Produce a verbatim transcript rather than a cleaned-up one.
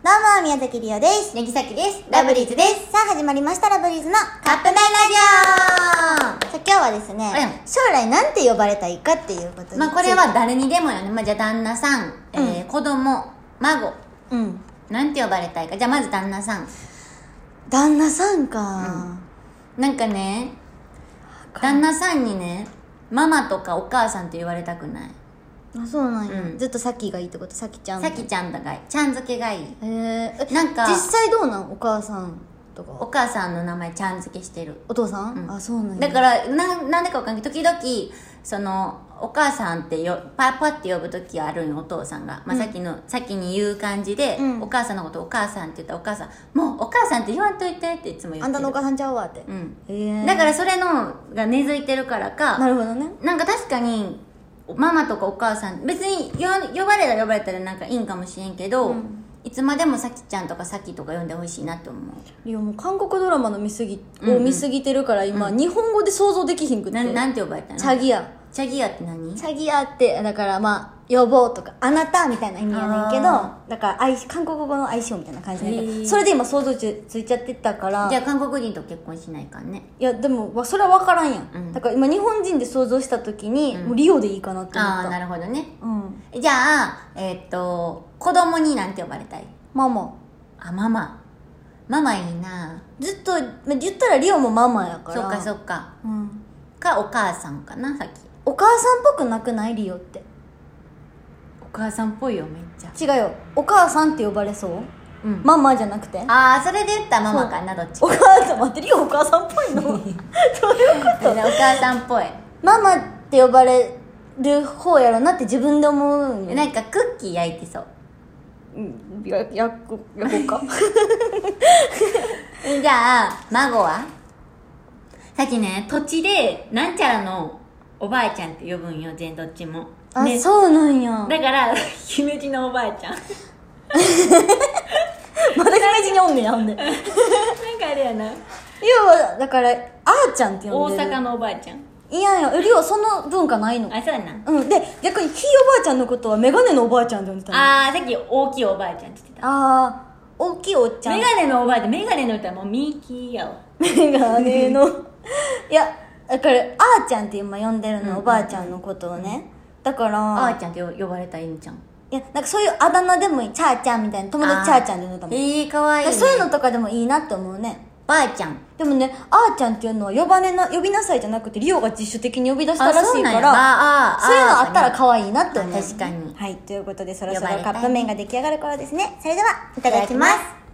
どうも、宮崎りおです。 ネギサキです。ラブリーズです。 さあ、始まりました、ラブリーズのカップ麺ラジオ。 さあ、今日はですね、うん、将来なんて呼ばれたいかっていうことに。 まあ、これは誰にでもよね。まあ、じゃあ、旦那さん、えーうん、子供、孫。 うん。 なんて呼ばれたいか。じゃあ、まず旦那さん。 旦那さんか。 うん、なんかね、旦那さんにね、ママとかお母さんって言われたくない。 あ、そうなんや、 うん、 ずっとさきがいいってこと？さきちゃん。 さきちゃんとかちゃん付けがいい。 へえ。 なんか実際どうなん？お母さんとか。 お母さんの名前ちゃん付けしてる。 お父さん？うん、あ、そうなんや。 だからななんでかわかんない。時々そのお母さんってよパパって呼ぶ時あるんよ、お父さんが。まあ、うん、さっきの先に言う感じで、うん、お母さんのことお母さんって言ったらお母さんもうお母さんって言わんといてっていつも言ってる。 あんたのお母さんちゃうわって。 うん。へえ。だからそれのが根付いてるからか。 なるほどね。 なんか確かに。ママとかお母さん別に呼ばれたら呼ばれたらなんかいいんかもしれんけど、うん、いつまでもさきちゃんとかさきとか呼んでほしいなって思う。 いやもう韓国ドラマの見すぎを見すぎてるから今、うん、日本語で想像できひんくって。 ななんて呼ばれたの？ チャギア。 チャギアって何？ チャギアってだからまあ呼ぼうとかあなたみたいな意味やねんけど、だから愛韓国語の相性みたいな感じだけど、それで今想像ついちゃってたから。 じゃあ韓国人と結婚しないかんね。 いやでもそれは分からんやん、うん、だから今日本人で想像した時に、うん、もうリオでいいかなって思った。 ああなるほどね、 うん、 じゃあえー、っと子供になんて呼ばれたい？ ママ。 あ、ママ。ママいいな。 ずっと言ったらリオもママやから。 そっかそっか、 うん、 かお母さんかな。さっきお母さんっぽくなくない？リオってお母さんっぽいよ、めっちゃ。 違うよ、お母さんって呼ばれそう、うん、ママじゃなくて。 ああそれで言ったらママかな。どっちか。 お母さん、待って、リオお母さんっぽいの？どういうこと？ お母さんっぽい。 ママって呼ばれる方やろなって自分で思うんよ。 なんかクッキー焼いてそう。 うん、や焼こうか。 じゃあ孫はさっきね、土地でなんちゃらのおばあちゃんって呼ぶんよ、全どっちも。 あ、 ね、 そうなんや。 だから姫路のおばあちゃん。 まだ姫路におんねや、ほんで。なんかあれやな。 要はだからあーちゃんって呼んでる。 大阪のおばあちゃん。 いやいや、リオその文化ないの。 あ、そうやな。 うん。で逆にひいおばあちゃんのことはメガネのおばあちゃんって呼んでたの。 ああさっき大きいおばあちゃんって言ってた。 ああ大きいおっちゃん。 メガネのおばあちゃん。メガネの歌はもうミーキーやわ。 メガネのいやだからあーちゃんって今呼んでるの、うん、おばあちゃんのことをね。だからあーちゃんって呼ばれたらいいんちゃん。 いやなんかそういうあだ名でもいい。チャーちゃんみたいな、友達チャーちゃんって呼んでたもん。 えー、かわいい、ね、 そういうのとかでもいいなって思うね。 ばあちゃん。 でもね、あーちゃんっていうのは呼ばれな呼びなさいじゃなくてリオが自主的に呼び出したらしいから、 あ そ, そういうのあったら可愛いなって思う。 確かに。 はい、ということでそろそろカップ麺が出来上がる頃ですね。それではいただきます。